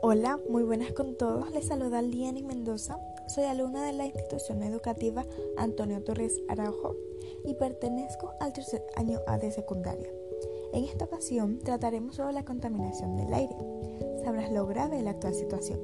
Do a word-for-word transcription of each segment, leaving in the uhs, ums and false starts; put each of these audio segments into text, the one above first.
Hola, muy buenas con todos. Les saluda Lieny Mendoza. Soy alumna de la institución educativa Antonio Torres Araujo y pertenezco al tercer año A de secundaria. En esta ocasión trataremos sobre la contaminación del aire. Sabrás lo grave de la actual situación.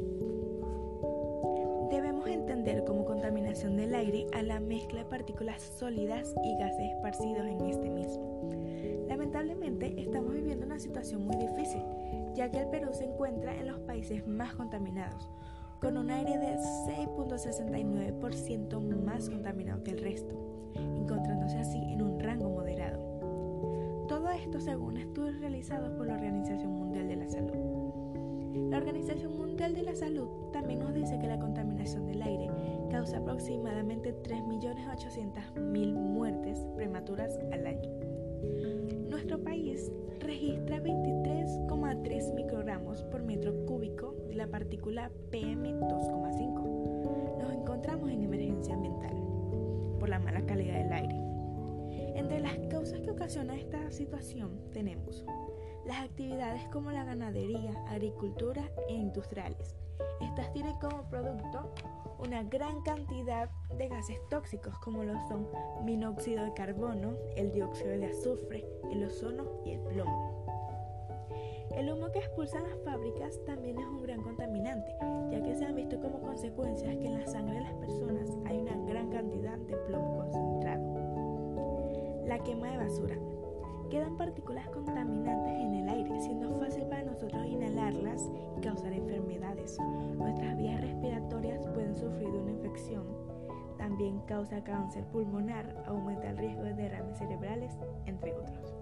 Debemos entender como contaminación del aire a la mezcla de partículas sólidas y gases esparcidos en este mismo. Lamentablemente estamos viviendo una situación muy difícil, ya que el Perú se encuentra en los países más contaminados, con un aire de seis punto sesenta y nueve por ciento más contaminado que el resto, encontrándose así en un rango moderado. Todo esto según estudios realizados por la Organización Mundial de la Salud. La Organización Mundial de la Salud también nos dice que la contaminación del aire causa aproximadamente tres millones ochocientas mil muertes prematuras al año. Nuestro país registra veintitrés coma tres microgramos por metro cúbico de la partícula P M dos coma cinco. Nos encontramos en emergencia ambiental por la mala calidad del aire. Entre las causas que ocasionan esta situación tenemos las actividades como la ganadería, agricultura e industriales. Estas tienen como producto una gran cantidad de gases tóxicos como lo son monóxido de carbono, el dióxido de azufre, el ozono y el plomo. El humo que expulsan las fábricas también es un gran contaminante, ya que se han visto como consecuencias que en la sangre de las personas hay una gran cantidad de plomo concentrado. La quema de basura. Quedan partículas contaminantes en el aire, siendo fácil para nosotros inhalarlas y causar enfermedades. Nuestras vías respiratorias pueden sufrir de una infección. También causa cáncer pulmonar, aumenta el riesgo de derrames cerebrales, entre otros.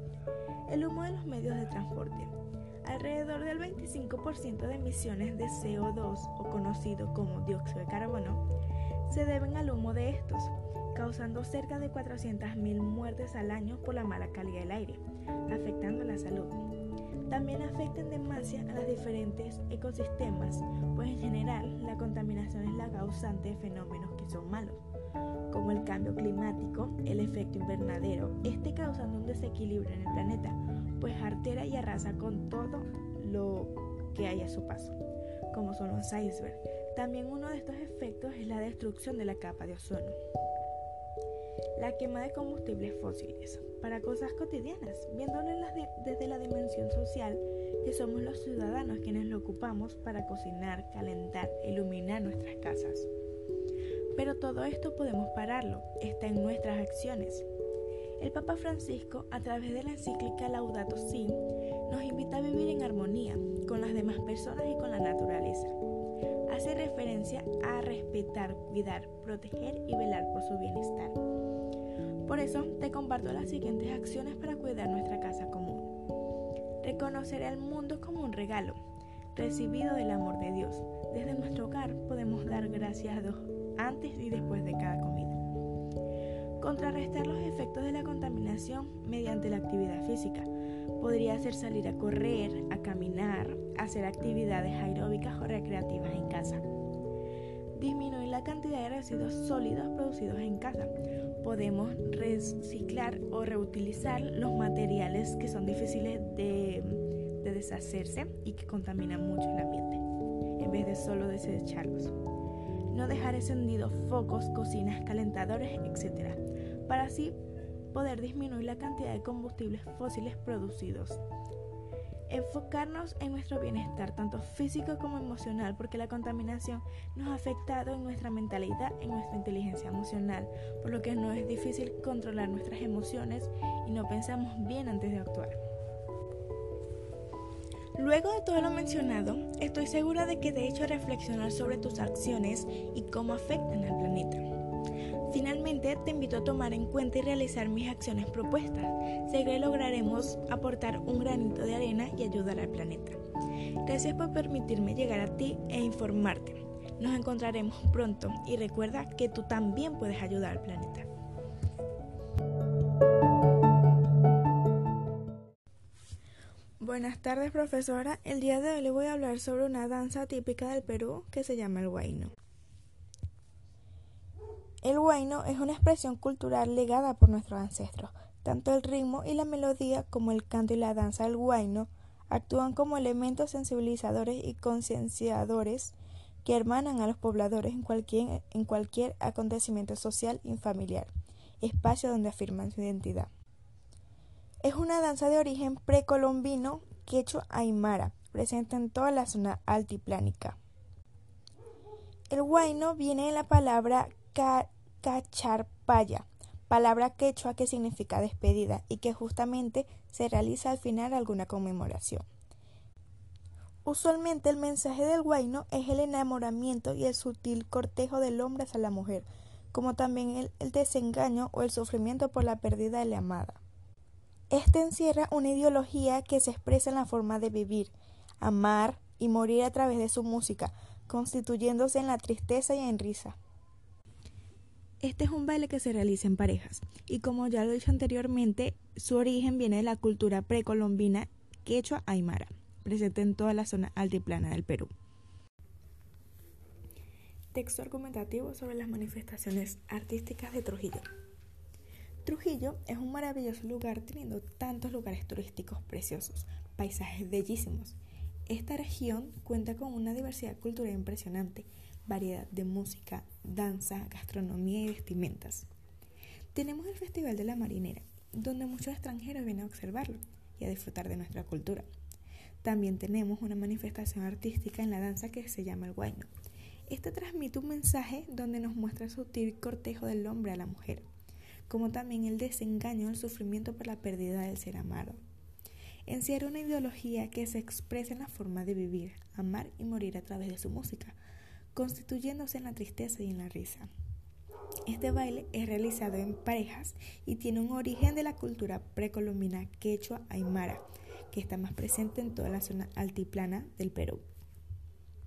El humo de los medios de transporte. Alrededor del veinticinco por ciento de emisiones de C O dos, o conocido como dióxido de carbono, se deben al humo de estos, causando cerca de cuatrocientas mil muertes al año por la mala calidad del aire, afectando la salud. También afecta en demasía a los diferentes ecosistemas, pues en general la contaminación es la causante de fenómenos que son malos, como el cambio climático, el efecto invernadero, este causando un desequilibrio en el planeta, pues altera y arrasa con todo lo que hay a su paso, como son los icebergs. También uno de estos efectos es la destrucción de la capa de ozono. La quema de combustibles fósiles para cosas cotidianas, viéndolo de, desde la dimensión social, que somos los ciudadanos quienes lo ocupamos para cocinar, calentar, iluminar nuestras casas. Pero todo esto podemos pararlo, está en nuestras acciones. El Papa Francisco, a través de la encíclica Laudato Si, nos invita a vivir en armonía con las demás personas y con la naturaleza. Hace referencia a respetar, cuidar, proteger y velar por su bienestar. Por eso te comparto las siguientes acciones para cuidar nuestra casa común. Reconocer el mundo como un regalo, recibido del amor de Dios. Desde nuestro hogar podemos dar gracias a Dios antes y después de cada comida. Contrarrestar los efectos de la contaminación mediante la actividad física. Podría ser salir a correr, a caminar, hacer actividades aeróbicas o recreativas en casa. Disminuir la cantidad de residuos sólidos producidos en casa. Podemos reciclar o reutilizar los materiales que son difíciles de, de deshacerse y que contaminan mucho el ambiente, en vez de solo desecharlos. No dejar encendidos focos, cocinas, calentadores, etcétera, para así poder disminuir la cantidad de combustibles fósiles producidos. Enfocarnos en nuestro bienestar, tanto físico como emocional, porque la contaminación nos ha afectado en nuestra mentalidad, en nuestra inteligencia emocional, por lo que no es difícil controlar nuestras emociones y no pensamos bien antes de actuar. Luego de todo lo mencionado, estoy segura de que de hecho reflexionar sobre tus acciones y cómo afectan al planeta. Finalmente, te invito a tomar en cuenta y realizar mis acciones propuestas. Sé que lograremos aportar un granito de arena y ayudar al planeta. Gracias por permitirme llegar a ti e informarte. Nos encontraremos pronto y recuerda que tú también puedes ayudar al planeta. Buenas tardes, profesora. El día de hoy le voy a hablar sobre una danza típica del Perú que se llama el huayno. El huayno es una expresión cultural legada por nuestros ancestros. Tanto el ritmo y la melodía como el canto y la danza del huayno Actúan como elementos sensibilizadores y concienciadores que hermanan a los pobladores en cualquier, en cualquier acontecimiento social y familiar, espacio donde afirman su identidad. Es una danza de origen precolombino quechua aymara, presente en toda la zona altiplánica. El huayno viene de la palabra ca cacharpaya, palabra quechua que significa despedida y que justamente se realiza al final de alguna conmemoración. Usualmente el mensaje del huayno es el enamoramiento y el sutil cortejo del hombre hacia la mujer, como también el, el desengaño o el sufrimiento por la pérdida de la amada. Este encierra una ideología que se expresa en la forma de vivir, amar y morir a través de su música, constituyéndose en la tristeza y en risa. Este es un baile que se realiza en parejas y, como ya lo he dicho anteriormente, su origen viene de la cultura precolombina quechua aymara, presente en toda la zona altiplana del Perú. Texto argumentativo sobre las manifestaciones artísticas de Trujillo. Trujillo es un maravilloso lugar teniendo tantos lugares turísticos preciosos, paisajes bellísimos. Esta región cuenta con una diversidad cultural impresionante, variedad de música, danza, gastronomía y vestimentas. Tenemos el Festival de la Marinera, donde muchos extranjeros vienen a observarlo y a disfrutar de nuestra cultura. También tenemos una manifestación artística en la danza que se llama el huayno. Este transmite un mensaje donde nos muestra el sutil cortejo del hombre a la mujer, como también el desengaño, el sufrimiento por la pérdida del ser amado. Encierra una ideología que se expresa en la forma de vivir, amar y morir a través de su música, constituyéndose en la tristeza y en la risa. Este baile es realizado en parejas y tiene un origen de la cultura precolombina quechua aymara, que está más presente en toda la zona altiplana del Perú.